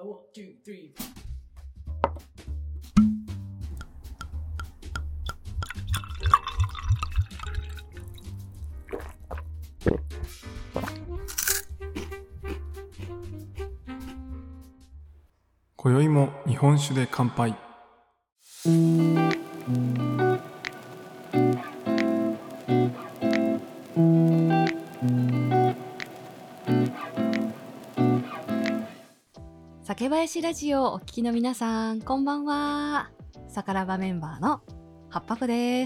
One, two, three. 今宵も日本酒で乾杯。 酒林ラジオをお聞きの皆さん、こんばんは。さからばメンバーのはっぱこです。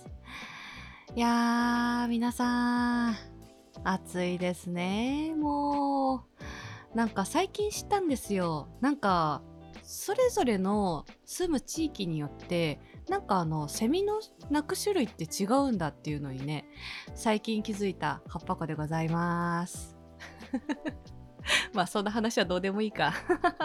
いやー、皆さん暑いですね。もうなんか最近知ったんですよ。なんかそれぞれの住む地域によってなんかセミの鳴く種類って違うんだっていうのにね、最近気づいたはっぱこでございます。まあそんな話はどうでもいいか。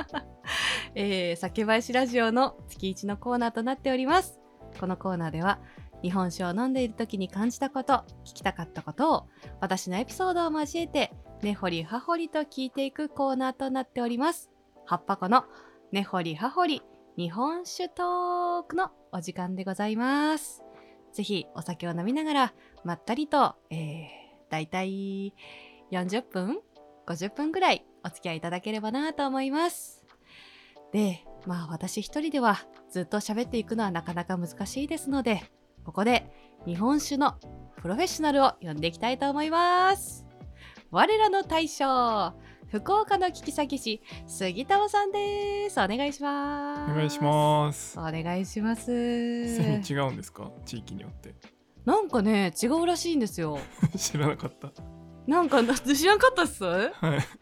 酒林ラジオの月1のコーナーとなっております。このコーナーでは日本酒を飲んでいる時に感じたこと、聞きたかったことを私のエピソードを交えて根掘り葉掘りと聞いていくコーナーとなっております。はっぱこの根掘り葉掘り日本酒トークのお時間でございます。ぜひお酒を飲みながらまったりと、だいたい40分50分ぐらいお付き合いいただければなと思います。で、まあ私一人ではずっと喋っていくのはなかなか難しいですので、ここで日本酒のプロフェッショナルを呼んでいきたいと思います。我らの大将、福岡の聞き先師杉田さんです。お願いします。 お願いします。 お願いします。 セミ違うんですか？地域によって。 なんかね、違うらしいんですよ。 知らなかった。 なんか知らなかったっす。 はい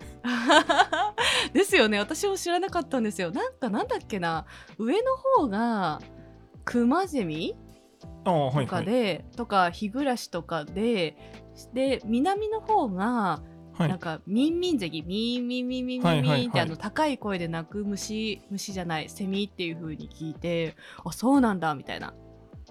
ですよね。私も知らなかったんですよ。なんだっけな、上の方がクマゼミとかで、とか日暮らしとかで南の方がなんかミンミンゼギ、ミンミンミンミンミンミンって高い声で鳴く虫じゃないセミっていう風に聞いて、あ、そうなんだみたいな。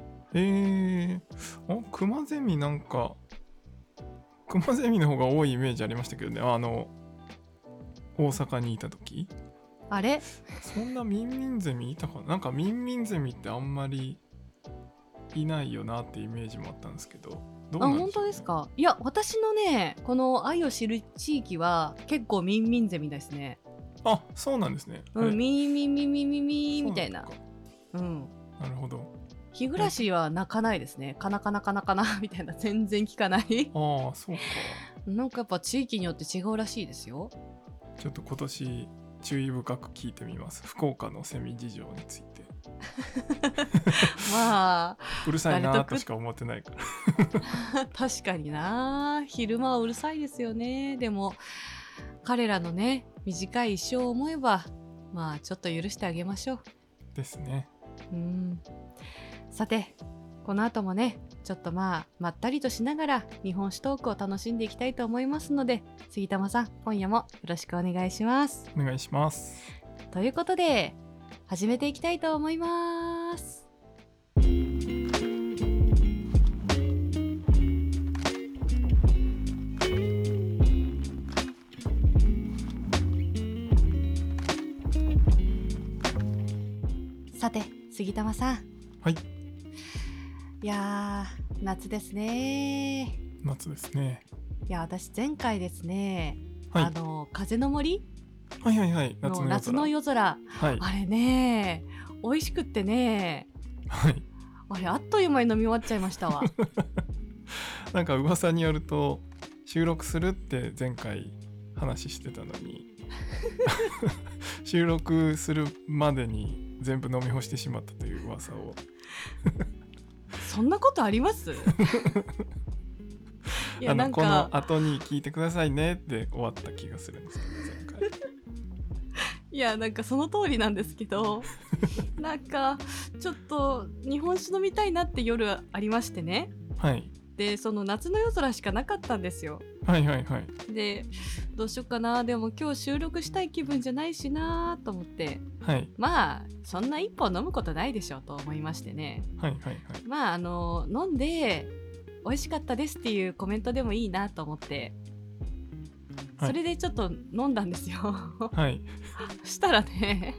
クマゼミなんかクマゼミの方が多いイメージありましたけどね。大阪にいた時。 あれ？ そんなミンミンゼミいたかな。なんかミンミンゼミってあんまりいないよなってイメージもあったんですけど。どうなんでしょうね。 本当ですか？いや、私のね、この愛を知る地域は結構ミンミンゼミですね。 あ、そうなんですね。 ミンミンミンミンミンミンみたいな。 なるほど。 日暮らしは鳴かないですね。カナカナカナカナみたいな、全然聞かない。 ああ、そうか。 なんかやっぱ地域によって違うらしいですよ。 ちょっと今年注意深く聞いてみます。福岡のセミ事情について。 まあうるさいなとしか思ってないから確かにな、昼間はうるさいですよね。でも彼らのね、短い一生を思えば、まあちょっと許してあげましょうですね。 さて、この後もね、ちょっとまったりとしながら日本酒トークを楽しんでいきたいと思いますので、杉玉さん、今夜もよろしくお願いします。 お願いします。 ということで始めていきたいと思います。さて、杉玉さん。 はい。 いやー、夏ですね。 夏ですね。 いや、私前回ですね、 はい、 風の森、夏の夜空、 はい、 あれね、美味しくってね、 はい、 あれあっという間に飲み終わっちゃいましたわ。 なんか噂によると収録するって前回話してたのに収録するまでに全部飲み干してしまったという噂をそんなことあります？いや、なんかこの後に聞いてくださいねって終わった気がするんですけど、前回いや、なんかその通りなんですけどなんかちょっと日本酒飲みたいなって夜ありましてね。 はい。 で、その夏の夜空しかなかったんですよ。 はいはいはい。 で、どうしよっかな、でも今日収録したい気分じゃないしなと思って、 はい、 まあそんな一本飲むことないでしょうと思いましてね。 はいはいはい。 まあ飲んで美味しかったですっていうコメントでもいいなと思って、 それでちょっと飲んだんですよ。 はい。 したらね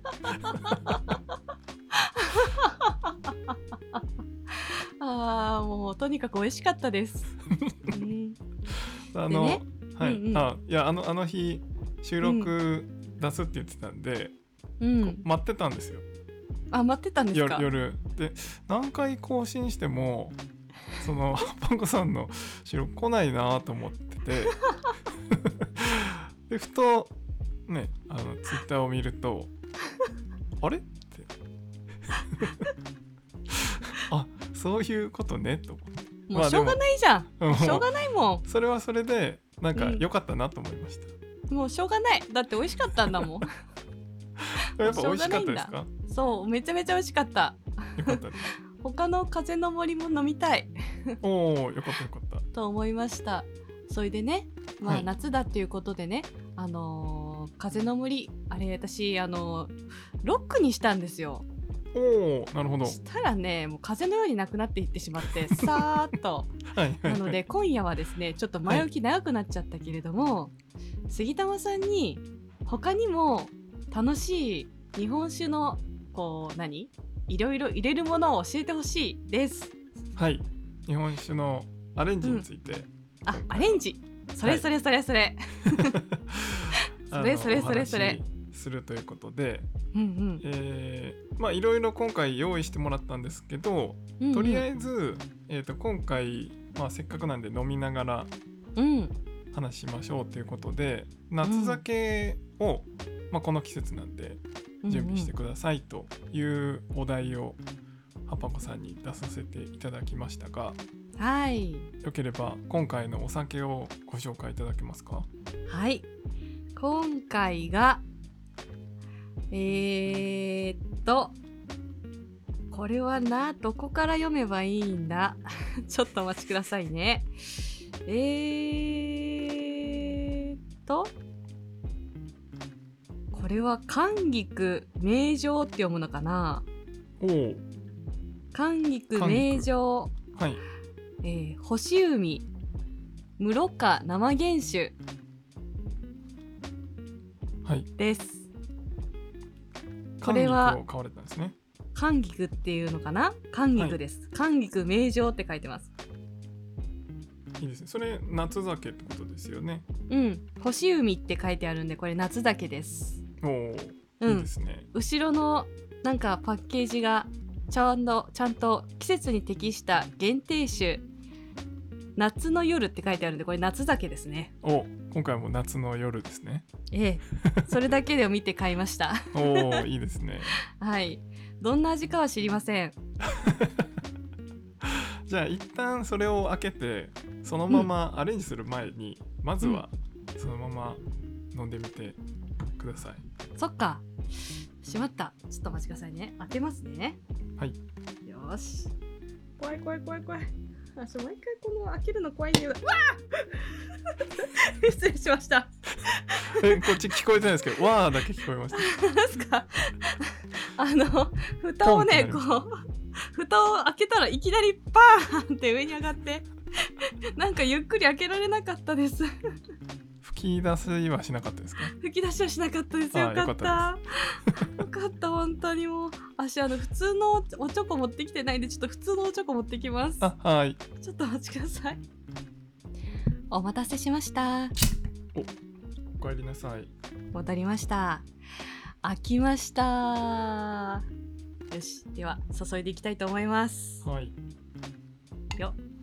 もうとにかく美味しかったです。 はい、いや、あの日収録出すって言ってたんで、待ってたんですよ。 待ってたんですか。 夜で何回更新してもそのパンコさんの収録来ないなと思っててでふとねツイッターを見るとあれってあ、そういうことねと思って、 もうしょうがないじゃん、しょうがないもん。 それはそれでなんか良かったなと思いました、 もうしょうがない、だって美味しかったんだもんやっぱ美味しかったですか。 そうめちゃめちゃ美味しかった。 よかったです他の風の森も飲みたいおー、よかったよかったと思いました。それでね、夏だっていうことでね、風の森あれ私ロックにしたんですよ。 おー、なるほど。 したらね、もう風のようになくなっていってしまってさーっとなので今夜はですね、ちょっと前置き長くなっちゃったけれども、杉玉さんに他にも楽しい日本酒のいろいろ入れるものを教えてほしいです。 はい、日本酒のアレンジについて、 アレンジ、それそれそれそれそれそれそれそれするということで、 いろいろ今回用意してもらったんですけど、とりあえず、今回、せっかくなんで飲みながら話しましょうということで、夏酒を、この季節なんで準備してくださいというお題をはぱこさんに出させていただきましたが、 はい、 よければ今回のお酒をご紹介いただけますか。 はい、今回がこれはどこから読めばいいんだちょっとお待ちくださいね。これは寒菊名城って読むのかな。寒菊名城、 はい、 星海室賀生原酒です。これは買われたんですね。 寒菊っていうのかな。寒菊です、寒菊名城って書いてます。 いいですね。それ夏酒ってことですよね。 星海って書いてあるんで、これ夏酒です。 いいですね。 後ろのなんかパッケージがちゃんと季節に適した限定酒夏の夜って書いてあるんで、これ夏酒ですね。 今回も夏の夜ですね。 それだけで見て買いましたいいですね。 はい、どんな味かは知りませんじゃあ一旦それを開けてそのままアレンジする前に、まずはそのまま飲んでみてください。 そっか、しまった。ちょっとお待ちくださいね。開けますね。 はい。 よし。怖い。毎回この開けるの怖いんだけど。わー失礼しました。 こっち聞こえてないですけど、わーだけ聞こえました。 なんすか蓋をね、蓋を開けたらいきなりバーンって上に上がってなんかゆっくり開けられなかったです吹き出しはしなかったですか。 吹き出しはしなかったです。よかったよかった本当に。もう私普通のおチョコ持ってきてないんで、ちょっと普通のおチョコ持ってきます。 はい、 ちょっとお待ちください。お待たせしました。 お帰りなさい。 戻りました。開きました。よし、では注いでいきたいと思います。 はい。 よっ。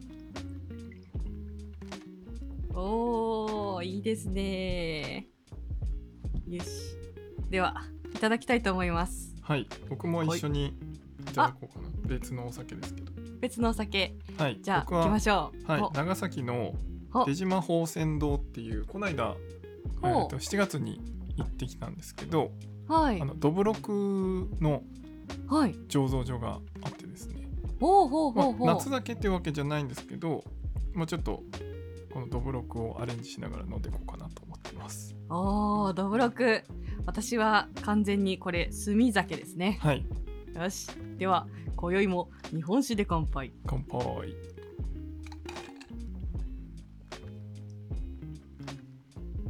いいですね。よし、ではいただきたいと思います。 はい、僕も一緒にいただこうかな。別のお酒ですけど。 別のお酒。 はい、 じゃあ行きましょう。 はい、長崎の出島宝泉堂っていう、この間、7月に行ってきたんですけど、どぶろくの醸造所があってですね、夏酒っていうわけじゃないんですけど、ちょっとこのどぶろくをアレンジしながら飲んでいこうかなと思ってます。 どぶろく、私は完全にこれ炭酒ですね。 はい。 よし、では今宵も日本酒で乾杯。 乾杯。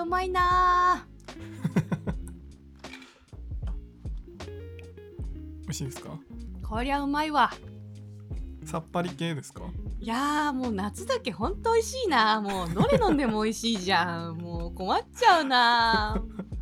うまいな。 美味しいですか？ こりゃうまいわ。 さっぱり系ですか？ いやーもう夏だけほんと美味しいな。もうどれ飲んでも美味しいじゃん。もう困っちゃうな。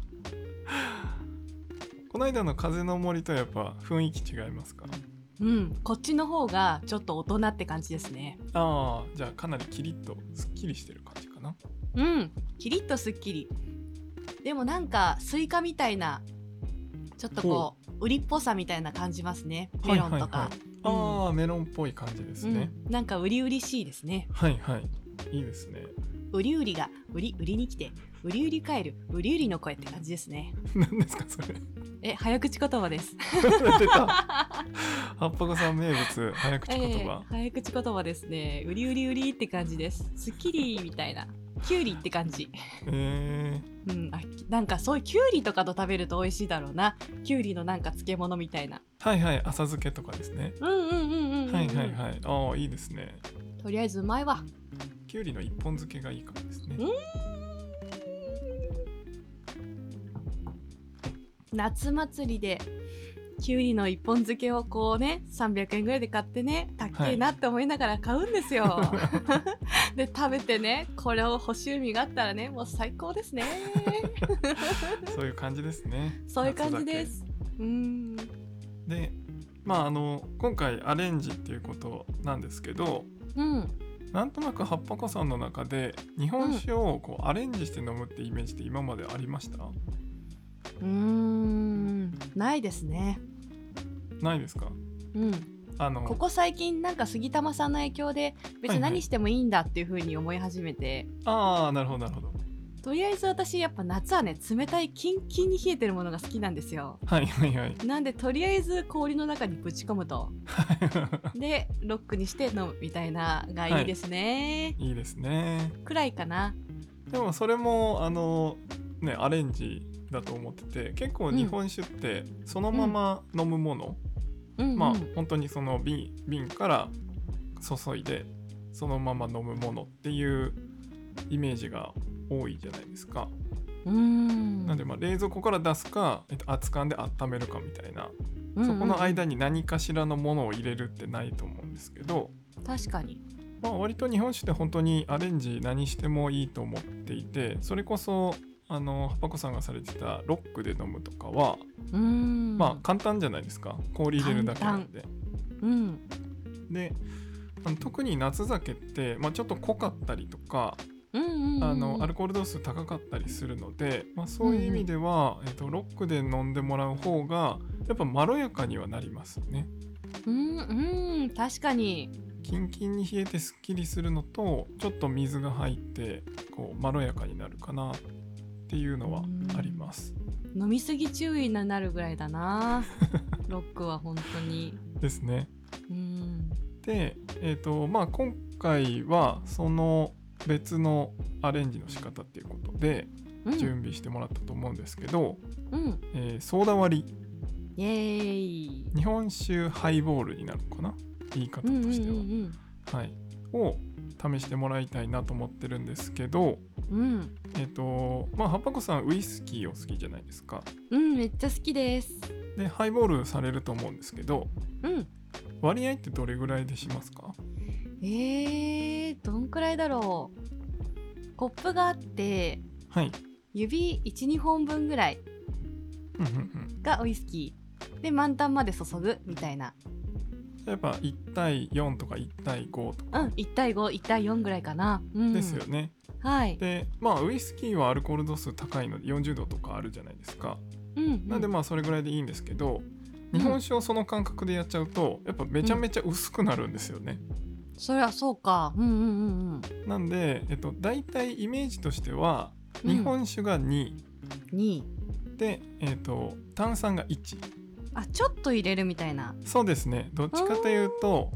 この間の風の森とやっぱ雰囲気違いますか？ うん、こっちの方がちょっと大人って感じですね。 ああ、じゃあかなりキリッとすっきりしてる感じかな。 うん、キリッとすっきり。でもなんかスイカみたいなちょっとこう売りっぽさみたいな感じますね。メロンとか、 はいはいはい、ああ、メロンっぽい感じですね、 なんか売り売りしいですね。 はいはい、いいですね。 売り売りが売り売りに来て売り売り帰る売り売りの声って感じですね。 何ですかそれ？ 早口言葉です。 出た。はっぱこさん名物早口言葉、 早口言葉ですね。売り売り売りって感じです。スッキリみたいな。キュウリって感じ。なんかそういうキュウリとかと食べると美味しいだろうな。キュウリのなんか漬物みたいな。 はいはい、浅漬けとかですね。はいはいはい、ああいいですね。 とりあえずうまいわ。 キュウリの一本漬けがいいかもですね。 夏祭りでキュウリの一本漬けをこうね300円ぐらいで買ってね、たっけえなって思いながら買うんですよ、で食べてね、これを干し海があったらね、もう最高ですね。 そういう感じですね。 そういう感じです。 で、まあ今回アレンジっていうことなんですけど、なんとなくはっぱこさんの中で日本酒をこうアレンジして飲むってイメージって今までありました？ ないですね。 ないですか？ ここ最近なんか杉玉さんの影響で別に何してもいいんだっていう風に思い始めて、 ああなるほどなるほど。 とりあえず私やっぱ夏はね、冷たいキンキンに冷えてるものが好きなんですよ。 はいはいはい。 なんでとりあえず氷の中にぶち込むとでロックにして飲むみたいながいいですね、 いいですね。 くらいかな。 でもそれもねアレンジだと思ってて、結構日本酒ってそのまま飲むもの、まあ本当にその瓶から注いでそのまま飲むものっていうイメージが多いじゃないですか。なんで冷蔵庫から出すか、熱燗で温めるかみたいな、そこの間に何かしらのものを入れるってないと思うんですけど、 確かに、 割と日本酒って本当にアレンジ何してもいいと思っていて、それこそはっぱこさんがされてたロックで飲むとかは簡単じゃないですか。氷入れるだけなんで。で特に夏酒って、ちょっと濃かったりとか、アルコール度数高かったりするので、そういう意味では、ロックで飲んでもらう方がやっぱまろやかにはなりますね。 確かにキンキンに冷えてすっきりするのと、ちょっと水が入ってこうまろやかになるかなっていうのはあります。 飲みすぎ注意になるぐらいだなロックは本当にですね。で、今回はその別のアレンジの仕方っていうことで準備してもらったと思うんですけど、ソーダ割り、 イエーイ、 日本酒ハイボールになるのかな、言い方としては、はい、を試してもらいたいなと思ってるんですけど、はっぱこさんウイスキーを好きじゃないですか。 めっちゃ好きです。 でハイボールされると思うんですけど、割合ってどれぐらいでしますか？ どんくらいだろう。コップがあって、指 1,2 本分ぐらいがウイスキーで満タンまで注ぐみたいな。 やっぱ1対4とか1対5とか、 1対5、1対4ぐらいかな、 ですよね。でウイスキーはアルコール度数高いので40度とかあるじゃないですか。なんでそれぐらいでいいんですけど、日本酒をその感覚でやっちゃうとやっぱめちゃめちゃ薄くなるんですよね。 そりゃそうか。 なんで、だいたいイメージとしては日本酒が2、で、炭酸が1。 ちょっと入れるみたいな。 そうですね。どっちかというと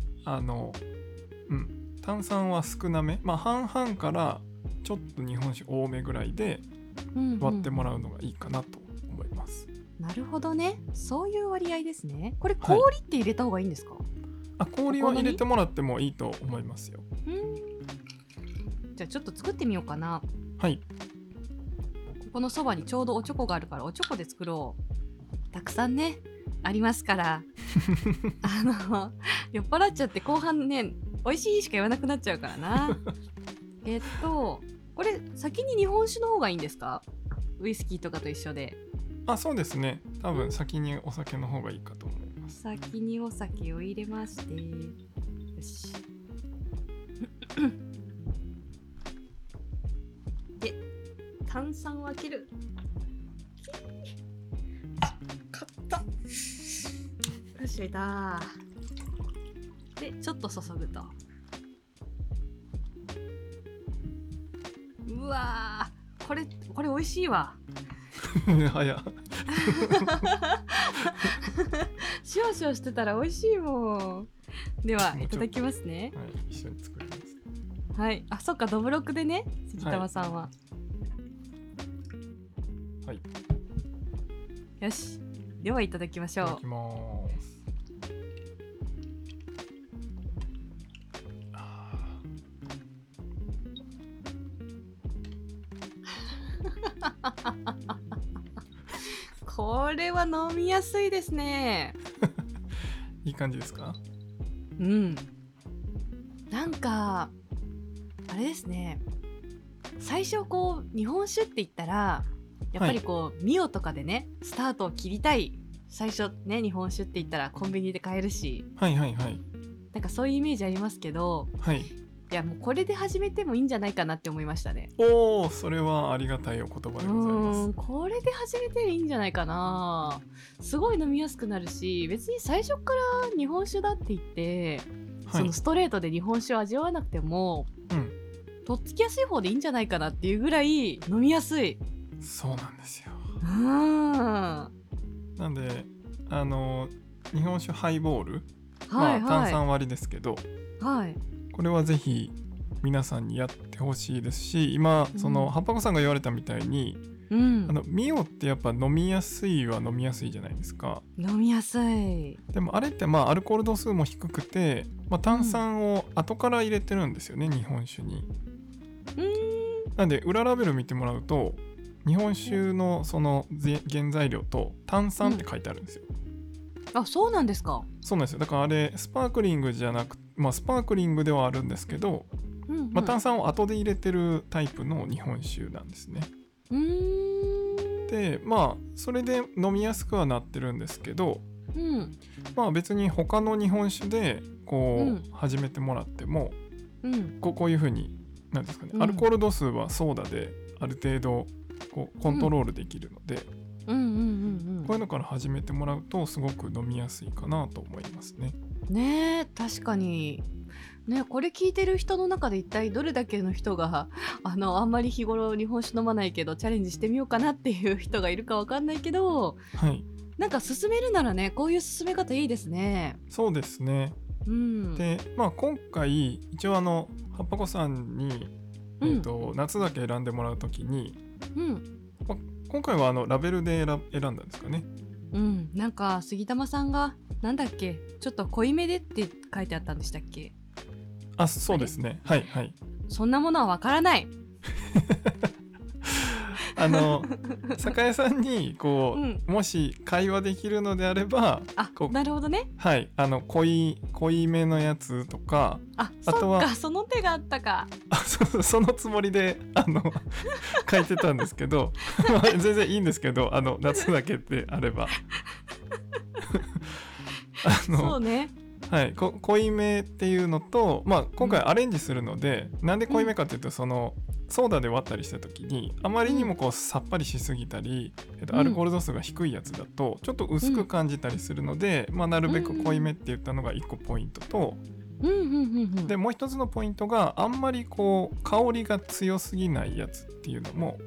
炭酸は少なめ、半々からちょっと日本酒多めぐらいで割ってもらうのがいいかなと思います。 なるほどね。そういう割合ですね。これ氷って入れた方がいいんですか？ 氷は入れてもらってもいいと思いますよ。 じゃあちょっと作ってみようかな。 はい。 このそばにちょうどおちょこがあるからおちょこで作ろう。たくさんねありますから酔っ払っちゃって後半ね美味しいしか言わなくなっちゃうからなこれ先に日本酒の方がいいんですか？ウイスキーとかと一緒で。 そうですね。多分先にお酒の方がいいかと思います。 先にお酒を入れまして、よしで炭酸を開ける。買ったよし、だでちょっと注ぐと、うわー、これ美味しいわ早っシュワシュワしてたら美味しいもん。ではいただきますね。 はい、一緒に作ります。 はい、そっか、どぶろくでね、杉玉さんは。 はい。 よし、ではいただきましょう。 いただきます。 これは飲みやすいですね。 いい感じですか？ うん。なんかあれですね。最初こう日本酒って言ったらやっぱりこう、ミオとかでねスタートを切りたい。最初ね日本酒って言ったらコンビニで買えるし、 はいはいはい。 なんかそういうイメージありますけど、 はい。 いやもうこれで始めてもいいんじゃないかなって思いましたね。 おー、それはありがたいお言葉でございます。 これで始めていいんじゃないかな。すごい飲みやすくなるし、別に最初から日本酒だって言って、そのストレートで日本酒を味わわなくても、とっつきやすい方でいいんじゃないかなっていうぐらい飲みやすい。 そうなんですよ。 なんで日本酒ハイボール、 はいはい、 炭酸割りですけど、 はい、 これはぜひ皆さんにやってほしいですし、今その葉っぱ子さんが言われたみたいに、ミオってやっぱ飲みやすいは飲みやすいじゃないですか。 飲みやすい。 でもあれってアルコール度数も低くて、炭酸を後から入れてるんですよね、日本酒に。なんで裏ラベル見てもらうと日本酒のその原材料と炭酸って書いてあるんですよ。 あ、そうなんですか。 そうなんですよ。だからあれスパークリングじゃなく、スパークリングではあるんですけど、炭酸を後で入れてるタイプの日本酒なんですね。でそれで飲みやすくはなってるんですけど、別に他の日本酒でこう、始めてもらっても、こういう風になんですかね、アルコール度数はソーダである程度こうコントロールできるので、こういうのから始めてもらうとすごく飲みやすいかなと思いますね。 ねえ、確かにね。これ聞いてる人の中で一体どれだけの人があんまり日頃日本酒飲まないけどチャレンジしてみようかなっていう人がいるかわかんないけど、なんか勧めるならね、こういう勧め方いいですね。 そうですね。で今回一応葉っぱ子さんに、夏だけ選んでもらうときに、今回はラベルで選んだんですかね。 なんか杉玉さんがなんだっけ、ちょっと濃いめでって書いてあったんでしたっけ？ そうですね。はいはい。 そんなものはわからない。 酒屋さんにこう、もし会話できるのであれば、 なるほどね。 はい、濃いめのやつとか、 あとはその手があったか。 そのつもりで書いてたんですけど全然いいんですけど、夏だけってあればそうね。 はい、濃いめっていうのと、今回アレンジするので、なんで濃いめかっていうと、そのソーダで割ったりした時にあまりにもこうさっぱりしすぎたり、アルコール度数が低いやつだとちょっと薄く感じたりするので、なるべく濃いめって言ったのが1個ポイントと、でもう一つのポイントがあんまりこう香りが強すぎないやつっていうのも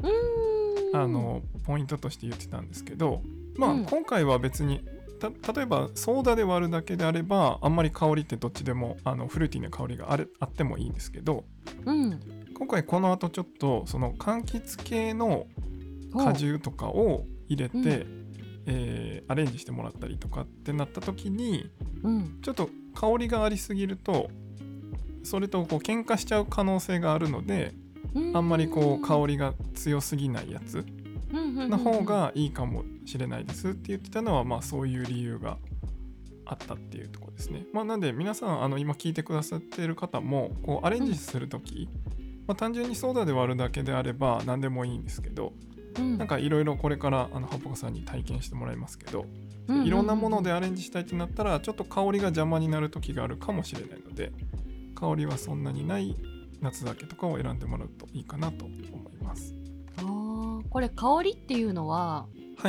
ポイントとして言ってたんですけど、今回は別に例えばソーダで割るだけであればあんまり香りってどっちでもフルーティーな香りがあってもいいんですけど、今回この後ちょっとその柑橘系の果汁とかを入れて、アレンジしてもらったりとかってなった時に、ちょっと香りがありすぎるとそれとこう喧嘩しちゃう可能性があるので、 あんまりこう香りが強すぎないやつの方がいいかもしれないですって言ってたのは、まあそういう理由があったっていうところですね。まあなんで皆さん今聞いてくださっている方もこうアレンジするとき、まあ、単純にソーダで割るだけであれば何でもいいんですけど、なんかいろいろこれからハッポコさんに体験してもらいますけど、いろんなものでアレンジしたいってなったらちょっと香りが邪魔になる時があるかもしれないので、香りはそんなにない夏酒とかを選んでもらうといいかなと思います。 これ香りっていうのははい、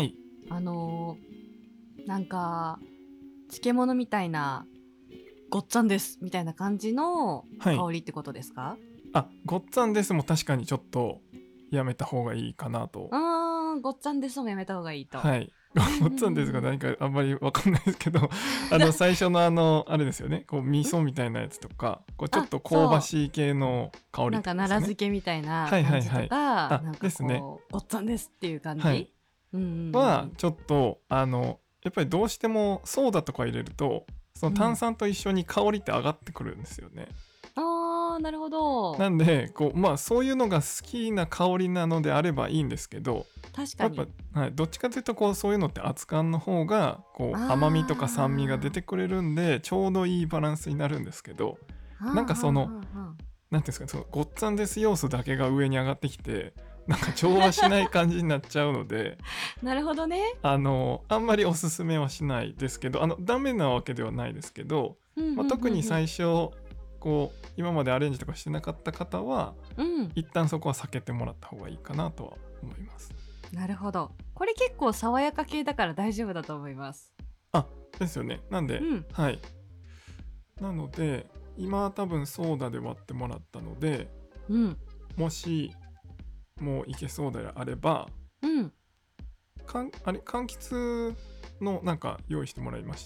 なんか漬物みたいなごっつぁんですみたいな感じの香りってことですか？ ごっつぁんですも確かにちょっとやめた方がいいかなと。 ごっつぁんですもやめた方がいいと。 はい、ごっつぁんですが何かあんまり分かんないですけど最初のあれですよね、こう味噌みたいなやつとかこうちょっと香ばしい系の香りとかですね、 なんか奈良漬けみたいな感じとか、なんかこうですね、 ごっつぁんですっていう感じ、 はちょっとやっぱりどうしてもソーダとか入れるとその炭酸と一緒に香りって上がってくるんですよね。 なるほど。 なんでこう、まあそういうのが好きな香りなのであればいいんですけど、 確かにやっぱ、はい、どっちかというとこうそういうのって熱燗の方がこう甘みとか酸味が出てくれるんでちょうどいいバランスになるんですけど、なんかそのなんていうんですか、そのごっつぁんです要素だけが上に上がってきてなんか調和しない感じになっちゃうのでなるほどね。 あんまりおすすめはしないですけど、ダメなわけではないですけど、特に最初こう今までアレンジとかしてなかった方は、一旦そこは避けてもらった方がいいかなとは思います。 なるほど。これ結構爽やか系だから大丈夫だと思います。 ですよね。なんで、はい。なので今多分ソーダで割ってもらったので、もしもういけそうであれば、柑橘のなんか用意してもらいました、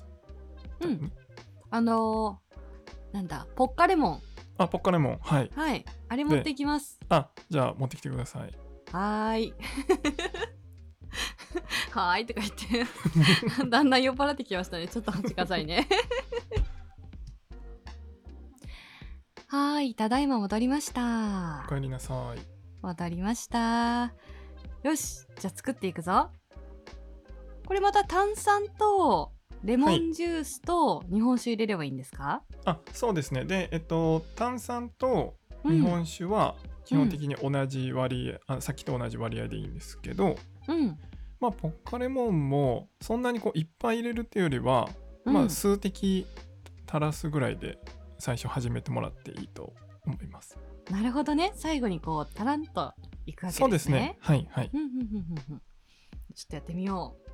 ね。 なんだポッカレモン。 ポッカレモン、はい。 はい、あれ持ってきます。 じゃあ持ってきてください。 はーい。はーいとか言ってだんだん酔っ払ってきましたね。ちょっと待ってくださいね。はーい、ただいま戻りました。 お帰りなさい。 戻りました。よし、じゃあ作っていくぞ。これまた炭酸とレモンジュースと日本酒入れればいいんですか？ そうですね。で、炭酸と日本酒は基本的に同じ割合、さっきと同じ割合でいいんですけど、まあポッカレモンもそんなにこういっぱい入れるっていうよりは、まあ数滴垂らすぐらいで最初始めてもらっていいと思います。 なるほどね。最後にこうタランといくわけですね。 そうですね。はいはい。 ちょっとやってみよう。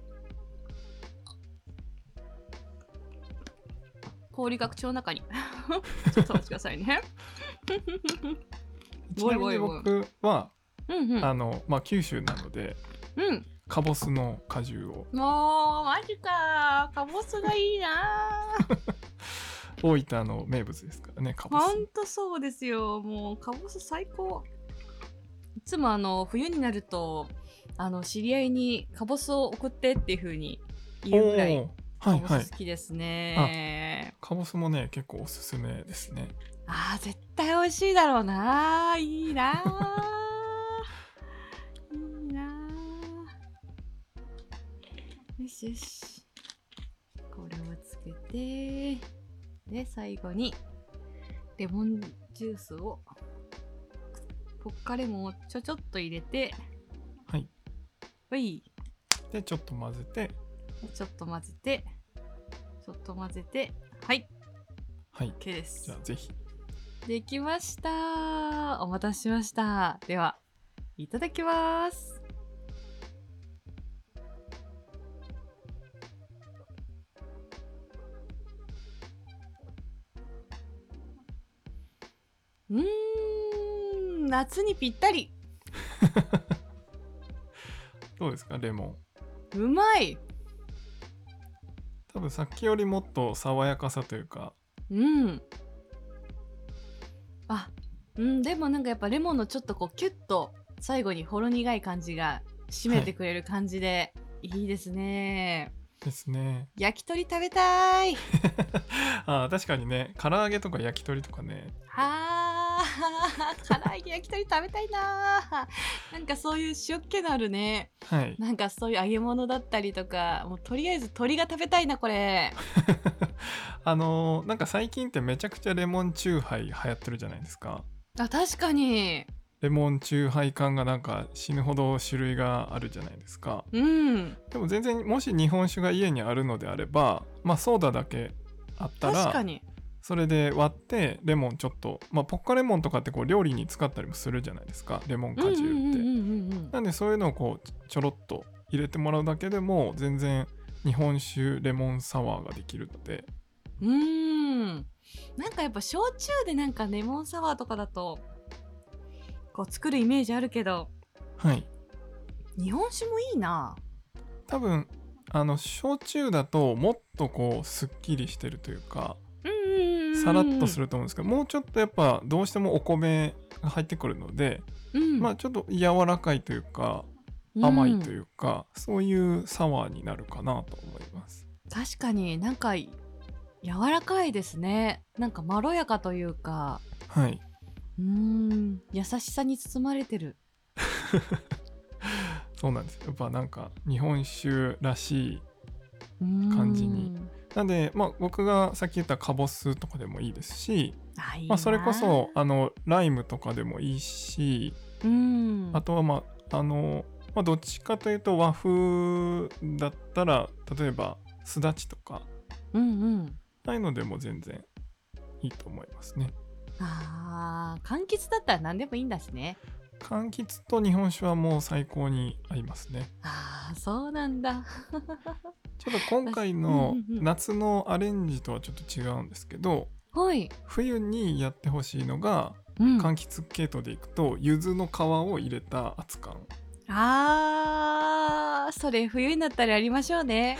氷が口の中にちょっとお待ちくださいね。 ちなみに僕はまあ九州なので、カボスの果汁を。 もうマジか、カボスがいいな。 大分の名物ですからね、カボス。 ほんとそうですよ。もうカボス最高。いつも冬になると知り合いにカボスを送ってっていう風に言うぐらいカボス好きですね。 カボスもね結構おすすめですね。 絶対美味しいだろうな。いいな。いいな。よしよし、これをつけて、で最後にレモンジュースをポッカレモンをちょっと入れて、はい、 でちょっと混ぜて、はい、OK です。じゃあぜひ。 できました。お待たせしました。ではいただきます。夏にぴったり。 どうですか、レモン。うまい。 多分さっきよりもっと爽やかさというか。 でもなんかやっぱレモンのちょっとこうキュッと最後にほろ苦い感じが締めてくれる感じで、いいですね。 ですね。 焼き鳥食べたい。 確かにね、唐揚げとか焼き鳥とかね。 唐揚げ焼き鳥食べたいな。なんかそういう塩っ気のあるね、 はいなんかそういう揚げ物だったりとか、もうとりあえず鳥が食べたいなこれ。 なんか最近ってめちゃくちゃレモンチューハイ流行ってるじゃないですか。 あ、確かに。 レモンチューハイ缶がなんか死ぬほど種類があるじゃないですか。 うん。 でも全然もし日本酒が家にあるのであれば、まあソーダだけあったら確かに。 それで割ってレモンちょっと、まあポッカレモンとかってこう料理に使ったりもするじゃないですか、レモン果汁って。なんでそういうのをこうちょろっと入れてもらうだけでも全然日本酒レモンサワーができるので。 なんかやっぱ焼酎でなんかレモンサワーとかだとこう作るイメージあるけど、 はい。 日本酒もいいな。 多分焼酎だともっとこうすっきりしてるというかさらっとすると思うんですけど、もうちょっとやっぱどうしてもお米が入ってくるので、まあちょっと柔らかいというか甘いというか、そういうサワーになるかなと思います。 確かになんか柔らかいですね。なんかまろやかというか、 はい。 優しさに包まれてる。 そうなんです。やっぱなんか日本酒らしい感じに。なんで、まあ、僕がさっき言ったカボスとかでもいいですし、まあ、それこそライムとかでもいいし、あとはまあどっちかというと和風だったら例えばすだちとか、ああいうのでも全然いいと思いますね。 柑橘だったら何でもいいんだしね。 柑橘と日本酒はもう最高に合いますね。 そうなんだ。 ちょっと今回の夏のアレンジとはちょっと違うんですけど、冬にやってほしいのが、柑橘系統でいくと柚子の皮を入れた熱燗。 それ冬になったらやりましょうね。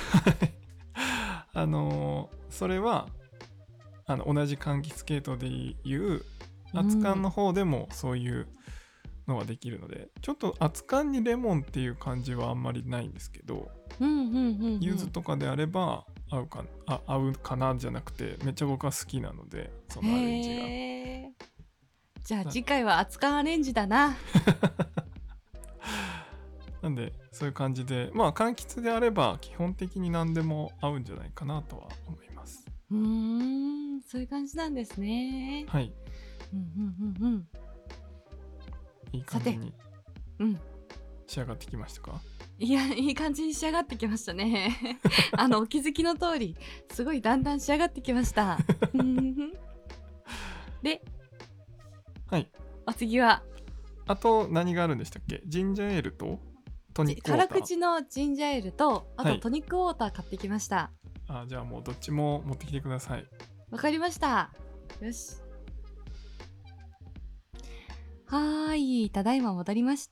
それは同じ柑橘系統でいう熱燗の方でもそういうのができるので、ちょっと熱燗にレモンっていう感じはあんまりないんですけど、柚子とかであれば合うかなじゃなくて、めっちゃ僕は好きなので、そのアレンジが。 じゃあ次回は熱燗アレンジだな。 なんでそういう感じで、まあ柑橘であれば基本的に何でも合うんじゃないかなとは思います。 そういう感じなんですね。 はい。いい感じに仕上がってきましたか？ いや、いい感じに仕上がってきましたね。お気づきの通りすごいだんだん仕上がってきました。で、 はい、 お次はあと何があるんでしたっけ？ジンジャーエールとトニックウォーター。 辛口のジンジャーエールと、あとトニックウォーター買ってきました。 じゃあもうどっちも持ってきてください。 わかりました。よし。ただいま戻りました。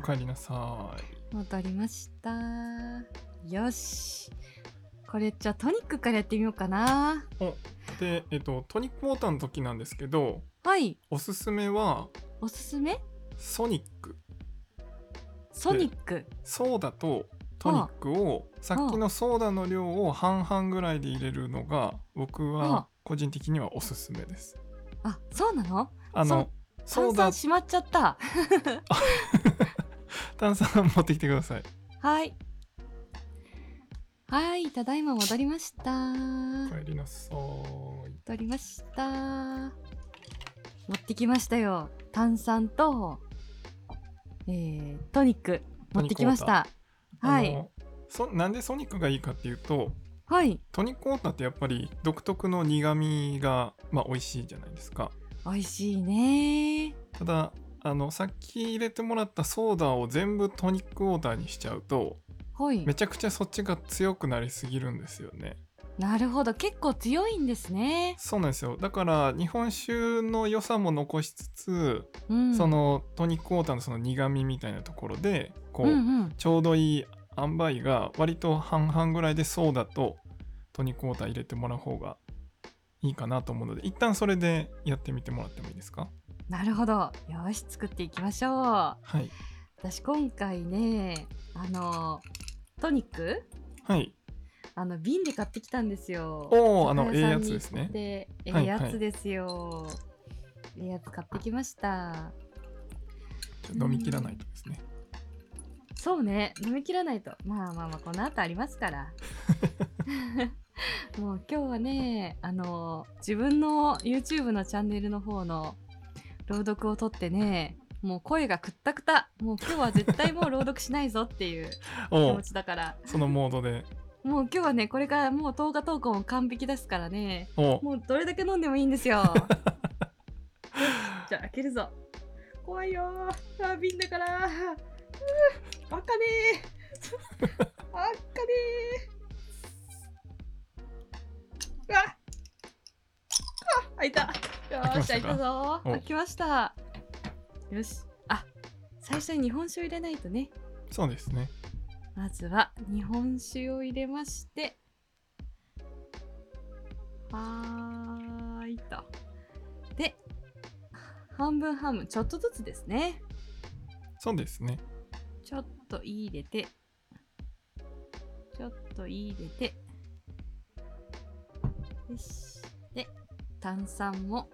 お帰りなさい。戻りました。よし。これじゃあトニックからやってみようかな。 で、トニックウォーターの時なんですけど、おすすめはソニック。ソーダとトニックをさっきのソーダの量を半々ぐらいで入れるのが僕は個人的にはおすすめです。 そうなの？ ソーダ炭酸しまっちゃった。 炭酸持ってきてください。 ただいま戻りました。 帰りなさい。 戻りました。持ってきましたよ。炭酸と、トニック持ってきました。 なんでソニックがいいかっていうと、トニックウォーターってやっぱり独特の苦味が美味しいじゃないですか。 美味しいね。 たださっき入れてもらったソーダを全部トニックウォーターにしちゃうと、めちゃくちゃそっちが強くなりすぎるんですよね。 なるほど、結構強いんですね。 そうなんですよ。だから日本酒の良さも残しつつ、そのトニックウォーターのその苦味みたいなところでこう、ちょうどいい塩梅が割と半々ぐらいでソーダとトニックウォーター入れてもらう方がいいかなと思うので、一旦それでやってみてもらってもいいですか？ なるほど、よし作っていきましょう。私今回ねトニック瓶で買ってきたんですよ。 ええやつですね。 ええやつですよ。 いいやつ買ってきました。 飲み切らないとですね。 そうね、飲み切らないと。まあこの後ありますからもう今日はね、自分の YouTube のチャンネルの方の朗読を撮ってね、もう声がくったくた。もう今日は絶対もう朗読しないぞっていう気持ちだからそのモードでもう今日はね、これからもう動画投稿も完璧ですからね、もうどれだけ飲んでもいいんですよじゃあ開けるぞ。怖いよー。瓶だからバカねーバカねー。開いた。よーし、開いたぞ。開きました。よし。最初に日本酒を入れないとね。 そうですね。 まずは日本酒を入れまして、はーいと。で、半分半分、ちょっとずつですね。 そうですね。 ちょっと入れて、よし。で、炭酸も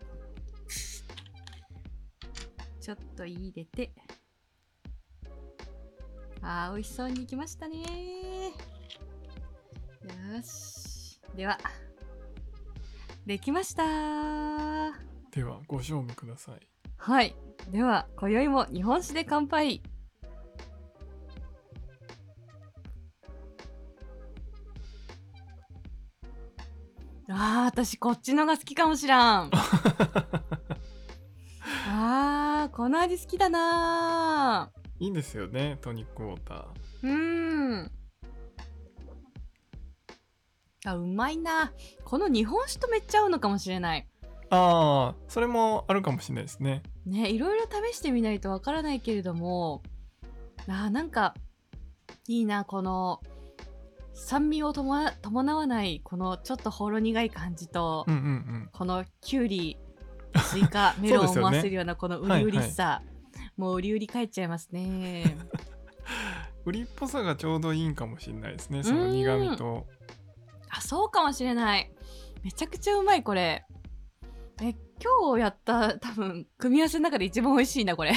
ちょっと入れて、美味しそうにいきましたね。よし。では、できました。 では、ご賞味ください。 はい。では、今宵も日本酒で乾杯。私こっちのが好きかもしらん。この味好きだな。 いいんですよね、トニックウォーター。うまいな。この日本酒とめっちゃ合うのかもしれない。 それもあるかもしれないですね。 ね、いろいろ試してみないとわからないけれども、なんかいいな、この酸味を伴わないこのちょっとほろ苦い感じと、このキュウリ、スイカ、メロンを思わせるようなこのうりうりしさ、もううりうり返っちゃいますね。 うりっぽさがちょうどいいんかもしれないですね、その苦味と。 そうかもしれない。めちゃくちゃうまいこれ。今日やった多分組み合わせの中で一番美味しいなこれ。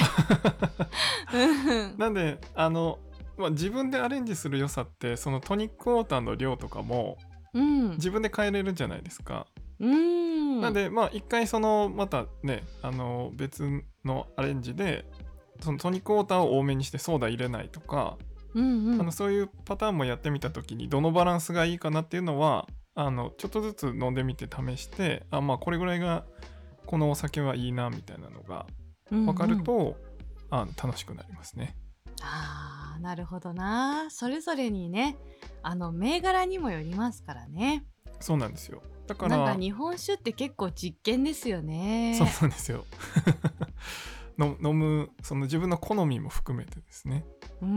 なんで自分でアレンジする良さって、そのトニックウォーターの量とかも自分で変えれるじゃないですか。なんで一回またね別のアレンジでそのトニックウォーターを多めにしてソーダ入れないとか、そういうパターンもやってみた時にどのバランスがいいかなっていうのはちょっとずつ飲んでみて試して、これぐらいがこのお酒はいいなみたいなのが分かると、楽しくなりますね。 なるほどな。それぞれにね、銘柄にもよりますからね。 そうなんですよ。だからなんか日本酒って結構実験ですよね。 そうなんですよ。飲むその自分の好みも含めてですね。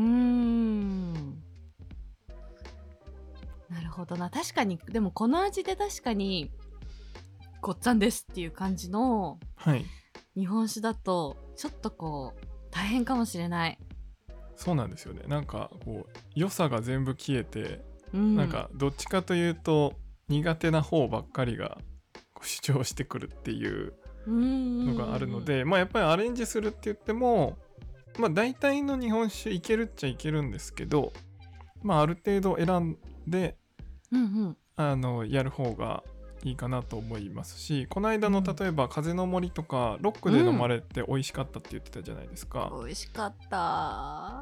なるほどな。確かにでもこの味で確かにごっつぁんですっていう感じの日本酒だとちょっとこう大変かもしれない。 そうなんですよね。なんかこう良さが全部消えて、なんかどっちかというと苦手な方ばっかりが主張してくるっていうのがあるので、やっぱりアレンジするって言っても大体の日本酒いけるっちゃいけるんですけど、ある程度選んで、やる方がいいかなと思いますし、この間の例えば風の森とかロックで飲まれて美味しかったって言ってたじゃないですか。 美味しかった。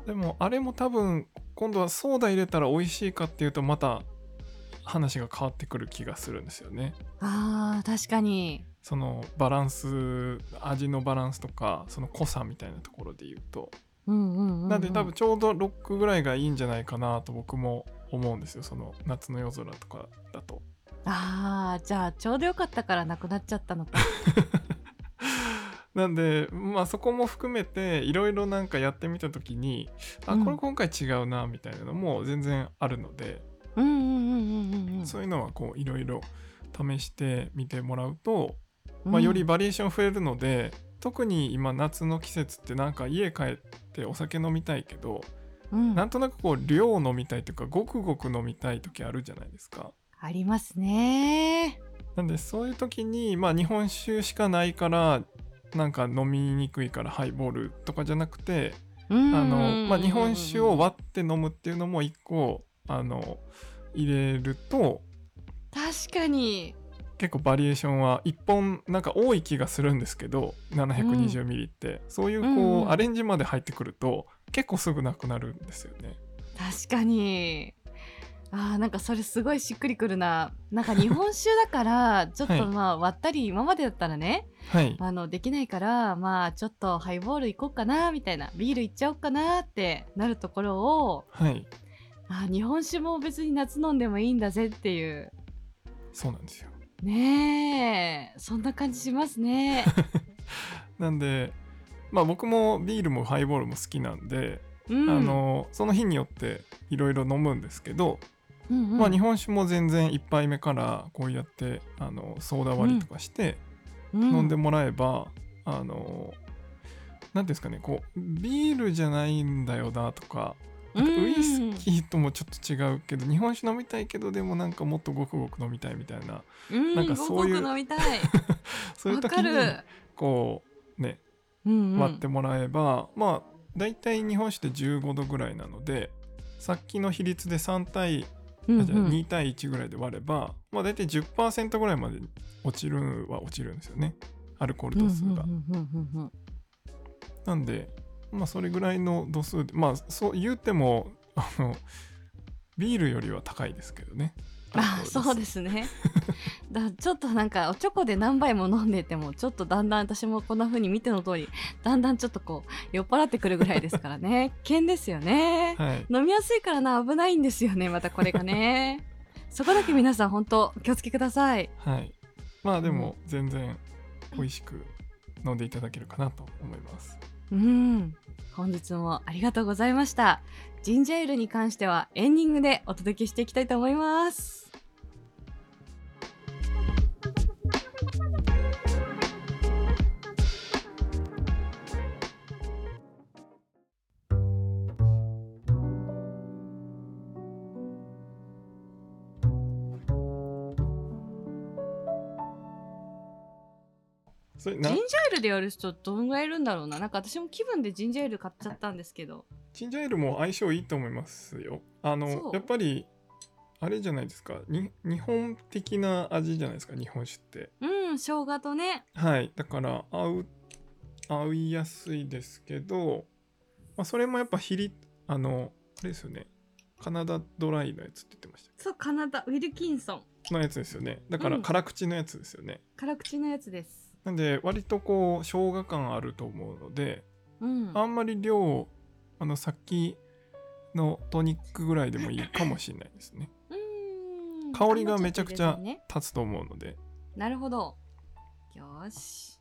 でもあれも多分今度はソーダ入れたら美味しいかっていうとまた話が変わってくる気がするんですよね。 確かにそのバランス、味のバランスとかその濃さみたいなところで言うと、なんで多分ちょうどロックぐらいがいいんじゃないかなと僕も思うんですよ。その夏の夜空とかだと。 じゃあちょうどよかったからなくなっちゃったのか。 なんでそこも含めていろいろなんかやってみた時にこれ今回違うなみたいなのも全然あるので、そういうのはこういろいろ試してみてもらうと、よりバリエーション増えるので、特に今夏の季節ってなんか家帰ってお酒飲みたいけど、なんとなくこう量を飲みたいというかごくごく飲みたい時あるじゃないですか。 ありますね。 なんでそういう時に日本酒しかないからなんか飲みにくいからハイボールとかじゃなくて、日本酒を割って飲むっていうのも1個入れると確かに結構バリエーションは1本なんか多い気がするんですけど 720ml って、そういうこう、アレンジまで入ってくると結構すぐなくなるんですよね。 確かに。なんかそれすごいしっくりくるな。なんか日本酒だからちょっと割ったり今までだったらね、 はい、 できないからちょっとハイボールいこうかなみたいな、ビールいっちゃおうかなってなるところを、 はい、 日本酒も別に夏飲んでもいいんだぜっていう。 そうなんですよねえ、そんな感じしますね。 なんで僕もビールもハイボールも好きなんで、その日によっていろいろ飲むんですけど、日本酒も全然1杯目からこうやってソーダ割りとかして飲んでもらえば、なんていうんですかね、こうビールじゃないんだよなとか、ウイスキーともちょっと違うけど日本酒飲みたいけどでもなんかもっとごくごく飲みたいみたいな、なんかそういうごく飲みたいそういう時にこうね、割ってもらえば、だいたい日本酒って15度ぐらいなので、さっきの比率で3対2対1ぐらいで割れば、だいたい 10% ぐらいまで落ちるんですよね、アルコール度数が。なんでそれぐらいの度数で、そう言うてもビールよりは高いですけどね。 そうですねちょっとなんかおチョコで何杯も飲んでてもちょっとだんだん私もこんな風に見ての通りだんだんちょっとこう酔っ払ってくるぐらいですからね危険ですよね、はい、飲みやすいからな、危ないんですよね、またこれがねそこだけ皆さん本当気をつけください。 はい、でも全然美味しく飲んでいただけるかなと思います。 本日もありがとうございました。ジンジャーエールに関してはエンディングでお届けしていきたいと思います。ジンジャーエールでやる人どんぐらいいるんだろうな。なんか私も気分でジンジャーエール買っちゃったんですけど。 ジンジャーエールも相性いいと思いますよ。やっぱりあれじゃないですか、日本的な味じゃないですか、日本酒って。 生姜とね。 はい、だから合いやすいですけど、それもやっぱあれですよね、カナダドライのやつって言ってました。 そう、カナダウィルキンソンのやつですよね。だから辛口のやつですよね。 辛口のやつです。 なんで割とこう生姜感あると思うので、あんまり量さっきのトニックぐらいでもいいかもしれないですね。香りがめちゃくちゃ立つと思うので。 なるほど。よし。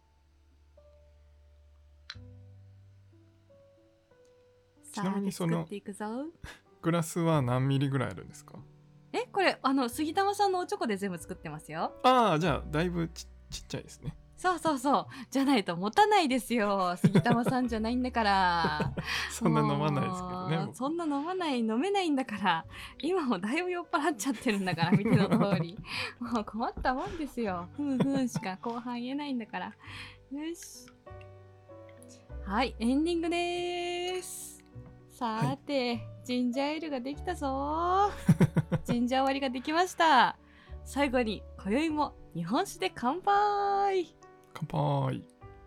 ちなみにその作っていくぞ。 グラスは何ミリぐらいあるんですか？ これ杉玉さんのおチョコで全部作ってますよ。 じゃあだいぶちっちゃいですね。 そうじゃないと持たないですよ。杉玉さんじゃないんだからそんな飲まないですけどね。 そんな飲めないんだから。今もだいぶ酔っ払っちゃってるんだから見ての通りもう困ったもんですよ。ふんしか後半言えないんだから。よし、はい、エンディングです。さて、はい、ジンジャーエールができたぞジンジャー割りができました。最後に今宵も日本酒で乾杯。 乾杯。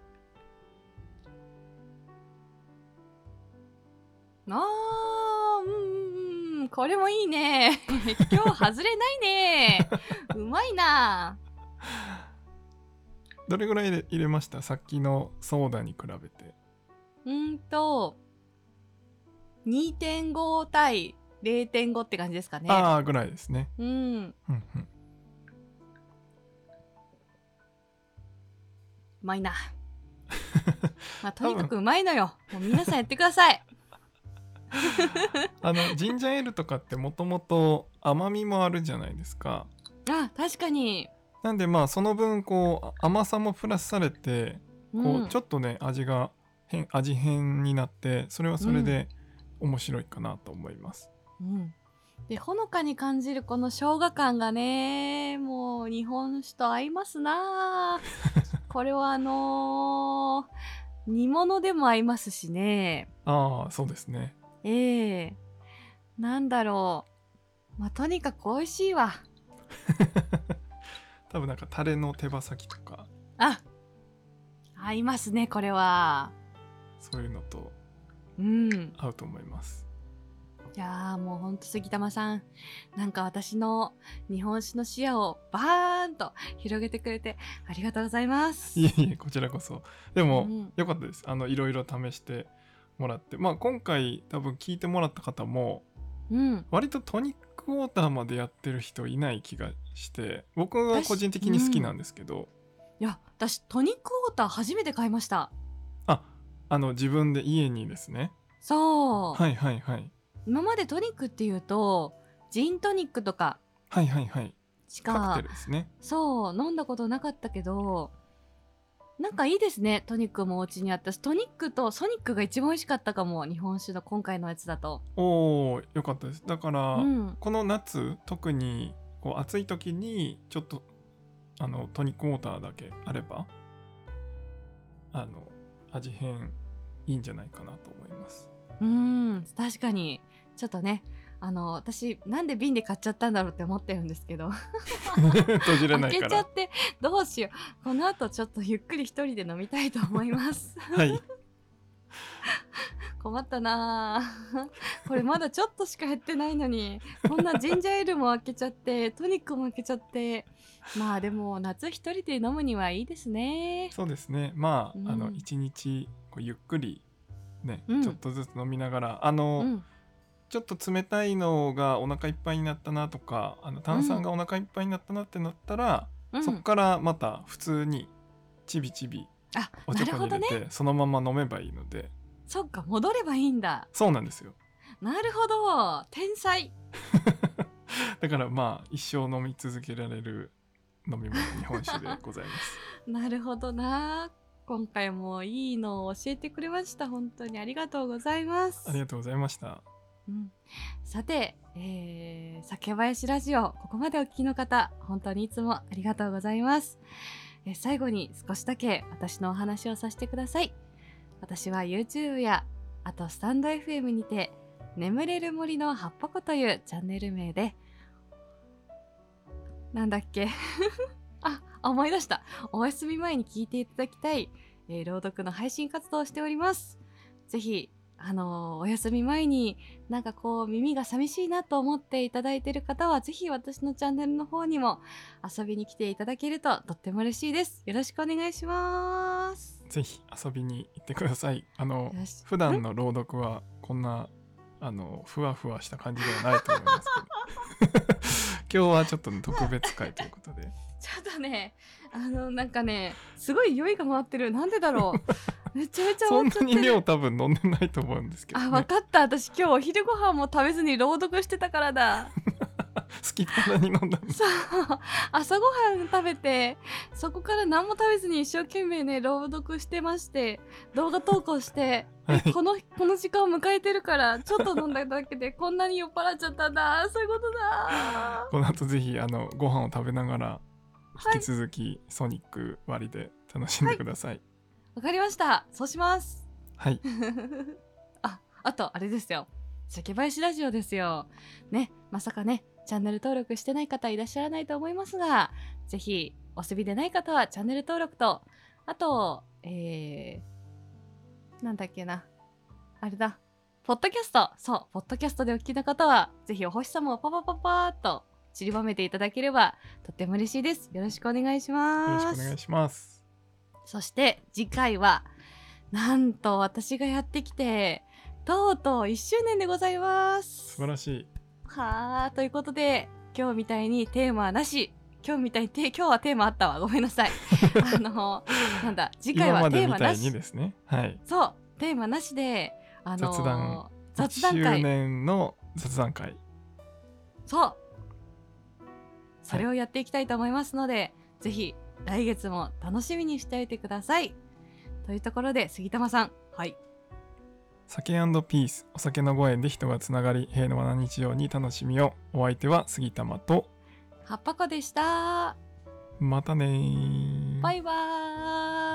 これもいいね今日外れないねうまいな。 どれぐらいで入れました？さっきのソーダに比べて。 2.5 対 0.5 って感じですかね。 ぐらいですね。うまいなとにかくうまいのよ。もう皆さんやってくださいジンジャーエールとかってもともと甘みもあるじゃないですか。 確かに。 なんでその分こう甘さもプラスされてこうちょっとね味変になって、それはそれで面白いかなと思います。 でほのかに感じるこの生姜感がね、もう日本酒と合いますなこれは煮物でも合いますしね。 ああ、そうですね。 なんだろう。まあ、とにかく美味しいわ。 多分なんかタレの手羽先とかあ、合いますね、これは。 そういうのとうん。 合うと思います。 いやーもうほんと杉玉さん、なんか私の日本酒の視野をバーンと広げてくれてありがとうございます。 いえいえ、こちらこそ。でも、 うん、 よかったです。いろいろ試してもらって。まあ今回多分聞いてもらった方も、 うん、 割とトニックウォーターまでやってる人いない気がして、僕は個人的に好きなんですけど、 いや、私トニックウォーター初めて買いました。 あ、自分で家にですね。 そう。 はいはいはい。 今までトニックっていうと、ジントニックとかはいはいはい。 しカクテか、 ルですね。 そう、飲んだことなかったけど、なんかいいですね、トニックもお家にあった。トニックとソニックが一番美味しかったかも、日本酒の今回のやつだと。 おー、よかったです。だから、 うん。 この夏、特にこう暑い時に、ちょっとトニックウォーターだけあれば、味変いいんじゃないかなと思います。 確かに。ちょっとね、私、なんで瓶で買っちゃったんだろうって思ってるんですけど。 閉じれな開いから。 けちゃって、どうしよう。この後ちょっとゆっくり一人で飲みたいと思います。 はい。 困ったなぁ。これまだちょっとしか減ってないのに、こんなジンジャーエールも開けちゃって、トニックも開けちゃって。まあでも、夏一人で飲むにはいいですね。 そうですね。まあ、 うん。 一日こうゆっくりね、 うん。 ちょっとずつ飲みながら、 うん。 ちょっと冷たいのがお腹いっぱいになったなとか、炭酸がお腹いっぱいになったなってなったら、 うん。 そこからまた普通にちびちびあ、 おちょこに入れなるほどね。 て、そのまま飲めばいいので、 そっか、戻ればいいんだ。 そうなんですよ。 なるほど。天才。 だからまあ一生飲み続けられる飲み物、日本酒でございます。 なるほどな。今回もいいのを教えてくれました。本当にありがとうございます。 ありがとうございました。 うん、さて、酒林ラジオ、ここまでお聞きの方、本当にいつもありがとうございます。最後に少しだけ私のお話をさせてください。私は YouTube や、あとスタンド FM にて、眠れる森の8箱というチャンネル名で、なんだっけ思い出した。お休み前に聞いていただきたい、朗読の配信活動をしております。ぜひ、お休み前になんかこう耳が寂しいなと思っていただいている方は、ぜひ私のチャンネルの方にも遊びに来ていただけるととっても嬉しいです。よろしくお願いします。 ぜひ遊びに行ってください。 よし。 普段の朗読はこんなふわふわした感じではないと思いますけど今日はちょっと、ね、特別会ということでちょっとね、なんかね、すごい酔いが回ってる。なんでだろう。めちゃめちゃそん回っちゃってる。 なに量多分飲んでないと思うんですけど、ね、 あ、わかった。私今日お昼ご飯も食べずに朗読してたからだ。 好きっ腹に飲んだんです。 そう。朝ごはん食べて、そこから何も食べずに一生懸命ね、朗読してまして、動画投稿して、 はい、 この時間を迎えてるから、ちょっと飲んだだけでこんなに酔っ払っちゃったんだ。そういうことだ。 この後ぜひご飯を食べながら引き続きソニック割りで楽しんでください。 わかりました。そうします。 はい。 あと、あれですよ。酒林ラジオですよ。ね、まさかね、チャンネル登録してない方いらっしゃらないと思いますが、ぜひ、お済みでない方はチャンネル登録と、あと、なんだっけな。あれだ。ポッドキャスト。そう、ポッドキャストでお聞きの方は、ぜひお星様をパパパパーっと散りばめていただければ、とっても嬉しいです。よろしくお願いします。 よろしくお願いします。 そして、次回は、なんと私がやってきて、とうとう1周年でございます。 素晴らしい。 はあ、ということで、今日みたいにテーマはなし。今日はテーマあったわ。ごめんなさい。なんだ、次回はテーマなし。 今までみたいにですね。はい。 そう、テーマなしで、 雑談会。 1周年の雑談会。 そう。それをやっていきたいと思いますので、ぜひ来月も楽しみにしておいてください。というところで、杉玉さん。はい。 酒&ピース、お酒のご縁で人がつながり、平和な日常に楽しみを。お相手は杉玉とはっぱこでした。 またねー。 バイバーイ。